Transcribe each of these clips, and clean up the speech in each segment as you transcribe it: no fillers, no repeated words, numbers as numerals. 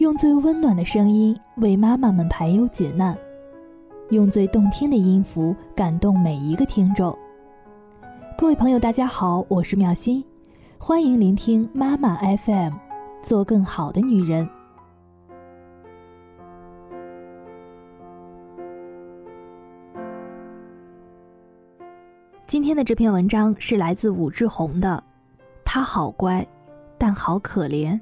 用最温暖的声音为妈妈们排忧解难，用最动听的音符感动每一个听众。各位朋友大家好，我是妙心，欢迎聆听妈妈 FM， 做更好的女人。今天的这篇文章是来自武志红的，他好乖，但好可怜。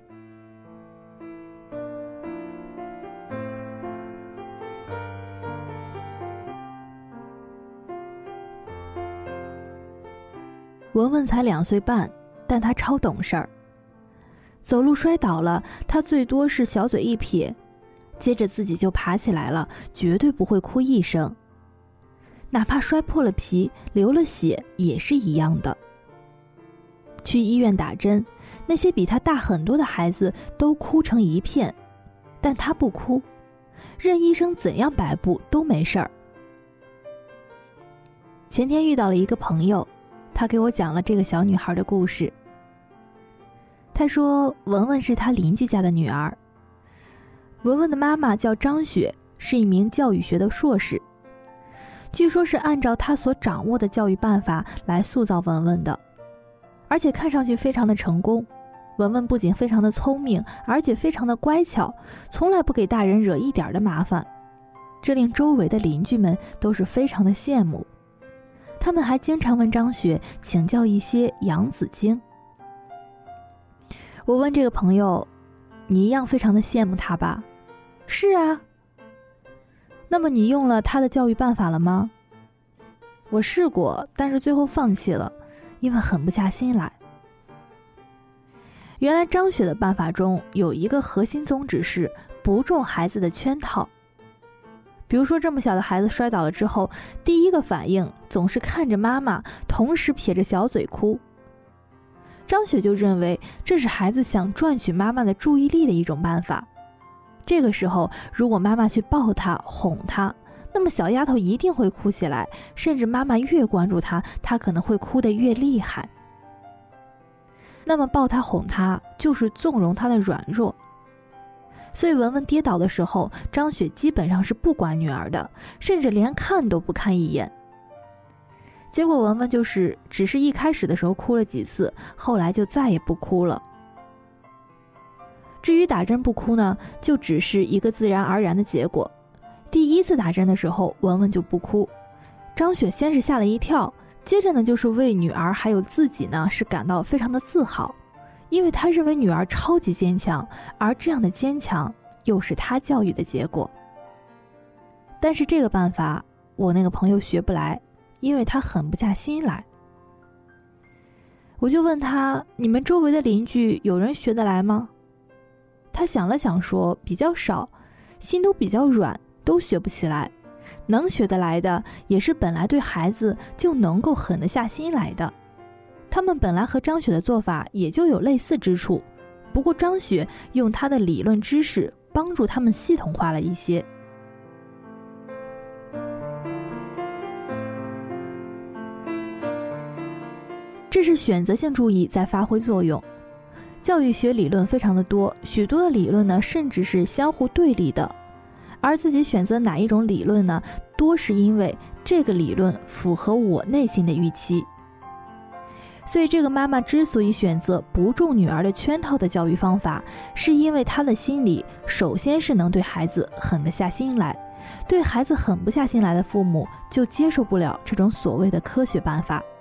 文文才2岁半，但他超懂事儿。走路摔倒了，他最多是小嘴一撇，接着自己就爬起来了，绝对不会哭一声。哪怕摔破了皮，流了血，也是一样的。去医院打针，那些比他大很多的孩子都哭成一片，但他不哭，任医生怎样摆布都没事儿。前天遇到了一个朋友，他给我讲了这个小女孩的故事。他说文文是他邻居家的女儿，文文的妈妈叫张雪，是一名教育学的硕士，据说是按照他所掌握的教育办法来塑造文文的，而且看上去非常的成功。文文不仅非常的聪明，而且非常的乖巧，从来不给大人惹一点的麻烦，这令周围的邻居们都是非常的羡慕。他们还经常问张雪请教一些养子经。我问这个朋友，你一样非常的羡慕他吧？是啊。那么你用了他的教育办法了吗？我试过，但是最后放弃了，因为狠不下心来。原来张雪的办法中有一个核心宗旨是不中孩子的圈套。比如说这么小的孩子摔倒了之后，第一个反应总是看着妈妈，同时撇着小嘴哭。张雪就认为这是孩子想赚取妈妈的注意力的一种办法。这个时候如果妈妈去抱她哄她，那么小丫头一定会哭起来，甚至妈妈越关注她，她可能会哭得越厉害。那么抱她哄她就是纵容她的软弱。所以文文跌倒的时候，张雪基本上是不管女儿的，甚至连看都不看一眼。结果文文只是一开始的时候哭了几次，后来就再也不哭了。至于打针不哭呢，就只是一个自然而然的结果。第一次打针的时候，文文就不哭，张雪先是吓了一跳，接着呢就是为女儿还有自己呢是感到非常的自豪，因为他认为女儿超级坚强，而这样的坚强又是他教育的结果。但是这个办法我那个朋友学不来，因为他狠不下心来。我就问他，你们周围的邻居有人学得来吗？他想了想说，比较少，心都比较软，都学不起来。能学得来的也是本来对孩子就能够狠得下心来的。他们本来和张雪的做法也就有类似之处，不过张雪用她的理论知识帮助他们系统化了一些。这是选择性注意在发挥作用。教育学理论非常的多，许多的理论呢甚至是相互对立的，而自己选择哪一种理论呢，多是因为这个理论符合我内心的预期。所以这个妈妈之所以选择不中女儿的圈套的教育方法，是因为她的心里首先是能对孩子狠得下心来，对孩子狠不下心来的父母就接受不了这种所谓的科学办法。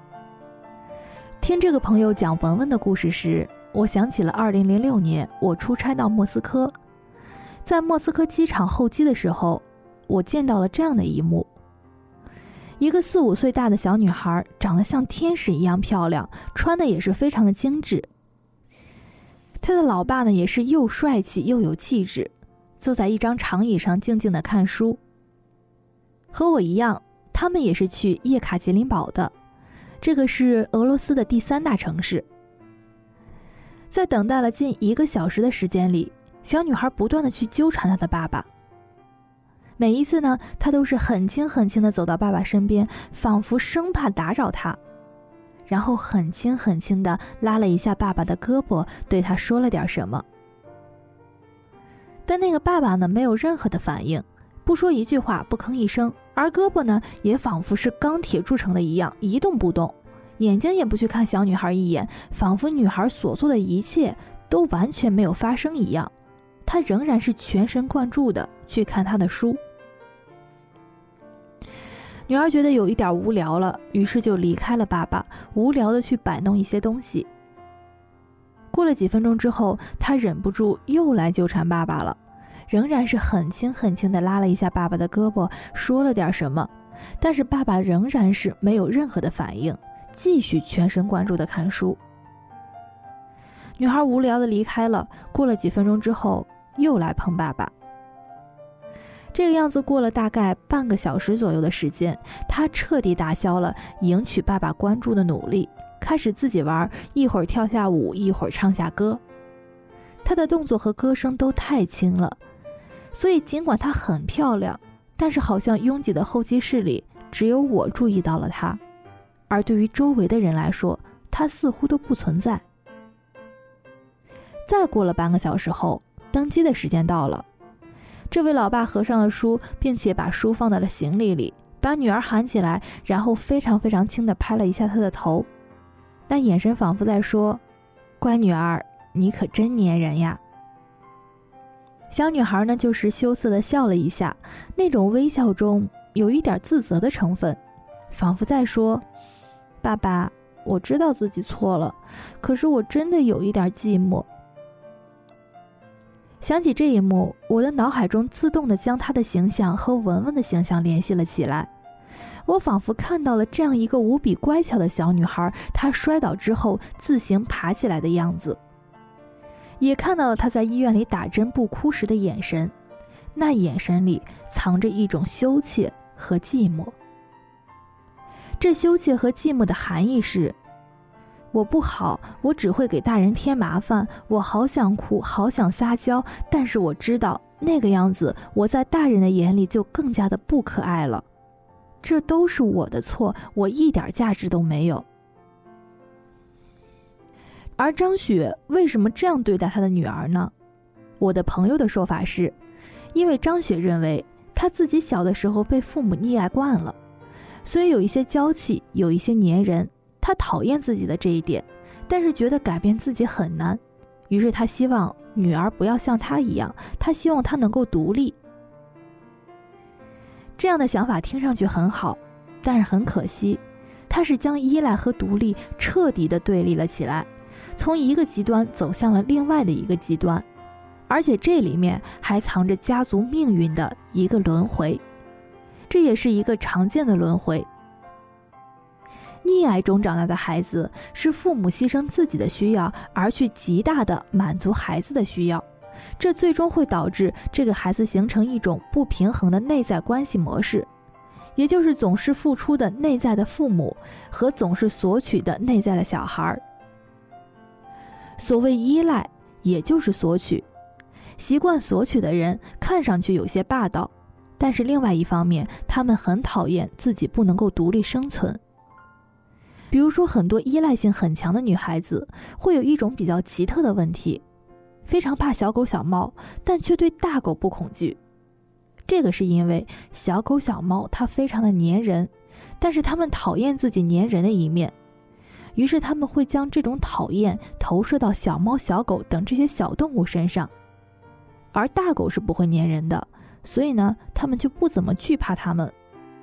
听这个朋友讲文文的故事时，我想起了2006年我出差到莫斯科，在莫斯科机场候机的时候，我见到了这样的一幕。一个4、5岁大的小女孩，长得像天使一样漂亮，穿的也是非常的精致。她的老爸呢，也是又帅气又有气质，坐在一张长椅上静静地看书。和我一样，他们也是去叶卡捷琳堡的，这个是俄罗斯的第3大城市。在等待了近1个小时的时间里，小女孩不断地去纠缠她的爸爸。每一次呢，她都是很轻很轻地走到爸爸身边，仿佛生怕打扰他，然后很轻很轻地拉了一下爸爸的胳膊，对他说了点什么。 但那个爸爸呢，没有任何的反应，不说一句话，不吭一声，而胳膊呢，也仿佛是钢铁铸成的一样，一动不动，眼睛也不去看小女孩一眼，仿佛女孩所做的一切都完全没有发生一样。他仍然是全神贯注的去看他的书。女儿觉得有一点无聊了，于是就离开了爸爸，无聊的去摆弄一些东西。过了几分钟之后，她忍不住又来纠缠爸爸了，仍然是很轻很轻的拉了一下爸爸的胳膊，说了点什么，但是爸爸仍然是没有任何的反应，继续全神贯注的看书。女孩无聊的离开了，过了几分钟之后又来碰爸爸。这个样子过了大概半个小时左右的时间，她彻底打消了赢取爸爸关注的努力，开始自己玩，一会儿跳下舞，一会儿唱下歌。她的动作和歌声都太轻了，所以尽管她很漂亮，但是好像拥挤的候机室里只有我注意到了她，而对于周围的人来说，她似乎都不存在。再过了半个小时后，登机的时间到了。这位老爸合上了书，并且把书放在了行李里，把女儿喊起来，然后非常非常轻地拍了一下她的头，那眼神仿佛在说：乖女儿，你可真粘人呀。小女孩呢，就是羞涩地笑了一下，那种微笑中有一点自责的成分，仿佛在说：爸爸，我知道自己错了，可是我真的有一点寂寞。想起这一幕，我的脑海中自动地将她的形象和文文的形象联系了起来。我仿佛看到了这样一个无比乖巧的小女孩，她摔倒之后自行爬起来的样子，也看到了她在医院里打针不哭时的眼神，那眼神里藏着一种羞怯和寂寞。这羞怯和寂寞的含义是：我不好，我只会给大人添麻烦，我好想哭，好想撒娇，但是我知道那个样子我在大人的眼里就更加的不可爱了，这都是我的错，我一点价值都没有。而张雪为什么这样对待她的女儿呢？我的朋友的说法是，因为张雪认为她自己小的时候被父母溺爱惯了，所以有一些娇气，有一些粘人，她讨厌自己的这一点，但是觉得改变自己很难，于是她希望女儿不要像她一样，她希望她能够独立。这样的想法听上去很好，但是很可惜，她是将依赖和独立彻底的对立了起来，从一个极端走向了另外的一个极端，而且这里面还藏着家族命运的一个轮回，这也是一个常见的轮回。溺爱中长大的孩子是父母牺牲自己的需要而去极大的满足孩子的需要，这最终会导致这个孩子形成一种不平衡的内在关系模式，也就是总是付出的内在的父母和总是索取的内在的小孩。所谓依赖，也就是索取。习惯索取的人看上去有些霸道，但是另外一方面，他们很讨厌自己不能够独立生存。比如说，很多依赖性很强的女孩子会有一种比较奇特的问题，非常怕小狗小猫，但却对大狗不恐惧。这个是因为小狗小猫它非常的粘人，但是它们讨厌自己粘人的一面，于是他们会将这种讨厌投射到小猫小狗等这些小动物身上，而大狗是不会粘人的，所以呢，他们就不怎么惧怕它们。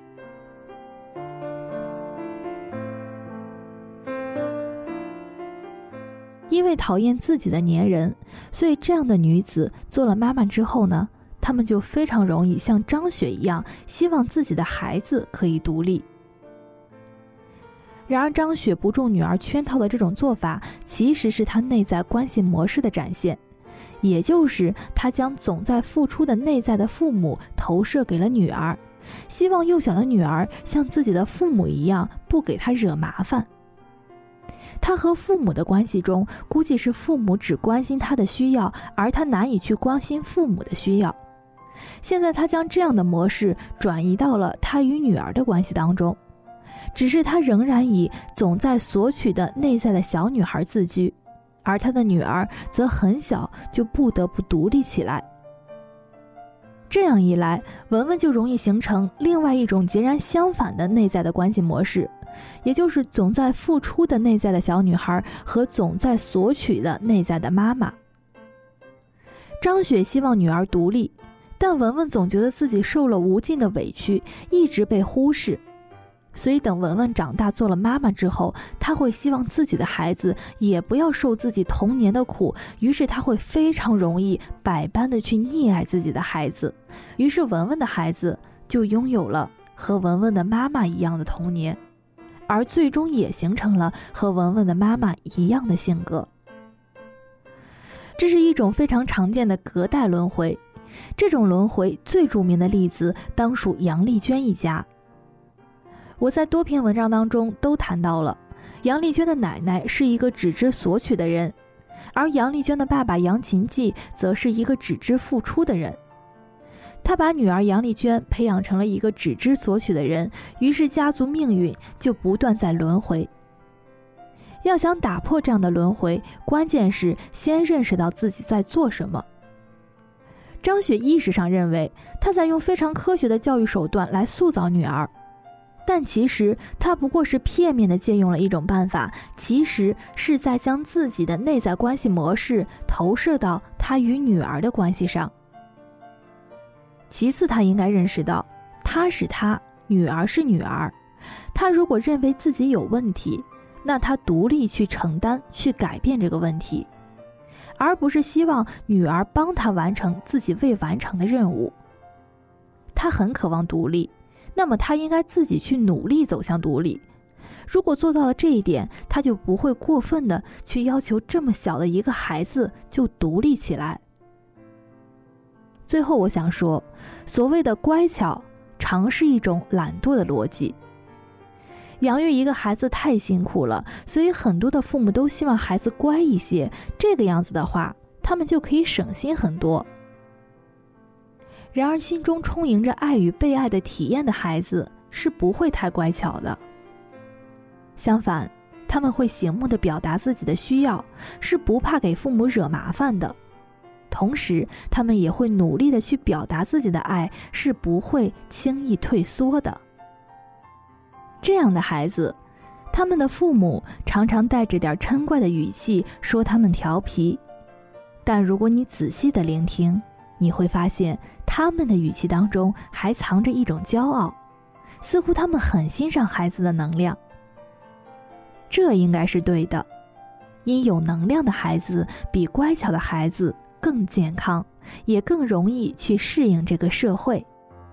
因为讨厌自己的粘人，所以这样的女子做了妈妈之后呢，她们就非常容易像张雪一样，希望自己的孩子可以独立。然而张雪不中女儿圈套的这种做法，其实是她内在关系模式的展现，也就是她将总在付出的内在的父母投射给了女儿，希望幼小的女儿像自己的父母一样，不给她惹麻烦。他和父母的关系中，估计是父母只关心他的需要，而他难以去关心父母的需要。现在他将这样的模式转移到了他与女儿的关系当中，只是他仍然以总在索取的内在的小女孩自居，而他的女儿则很小就不得不独立起来。 这样一来，文文就容易形成另外一种截然相反的内在的关系模式，也就是总在付出的内在的小女孩和总在索取的内在的妈妈。张雪希望女儿独立，但文文总觉得自己受了无尽的委屈，一直被忽视。所以等文文长大做了妈妈之后，她会希望自己的孩子也不要受自己童年的苦，于是她会非常容易百般的去溺爱自己的孩子，于是文文的孩子就拥有了和文文的妈妈一样的童年，而最终也形成了和文文的妈妈一样的性格。这是一种非常常见的隔代轮回，这种轮回最著名的例子当属杨丽娟一家。我在多篇文章当中都谈到了，杨丽娟的奶奶是一个只知索取的人，而杨丽娟的爸爸杨勤济则是一个只知付出的人。他把女儿杨丽娟培养成了一个只知索取的人，于是家族命运就不断在轮回。要想打破这样的轮回，关键是先认识到自己在做什么。张雪意识上认为她在用非常科学的教育手段来塑造女儿，但其实她不过是片面地借用了一种办法，其实是在将自己的内在关系模式投射到她与女儿的关系上。其次，她应该认识到，她是她，女儿是女儿。她如果认为自己有问题，那她独立去承担，去改变这个问题，而不是希望女儿帮她完成自己未完成的任务。她很渴望独立，那么她应该自己去努力走向独立。如果做到了这一点，她就不会过分的去要求这么小的一个孩子就独立起来。最后我想说，所谓的乖巧，常是一种懒惰的逻辑。养育一个孩子太辛苦了，所以很多的父母都希望孩子乖一些，这个样子的话，他们就可以省心很多。然而心中充盈着爱与被爱的体验的孩子是不会太乖巧的，相反，他们会醒目地表达自己的需要，是不怕给父母惹麻烦的。同时，他们也会努力地去表达自己的爱，是不会轻易退缩的。这样的孩子，他们的父母常常带着点嗔怪的语气说他们调皮，但如果你仔细地聆听，你会发现他们的语气当中还藏着一种骄傲，似乎他们很欣赏孩子的能量。这应该是对的，因有能量的孩子比乖巧的孩子更健康，也更容易去适应这个社会。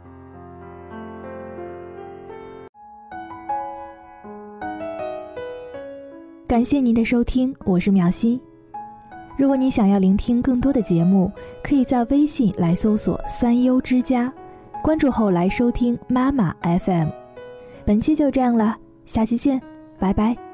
感谢您的收听，我是苗心。如果你想要聆听更多的节目，可以在微信来搜索三优之家，关注后来收听妈妈 FM。本期就这样了，下期见，拜拜。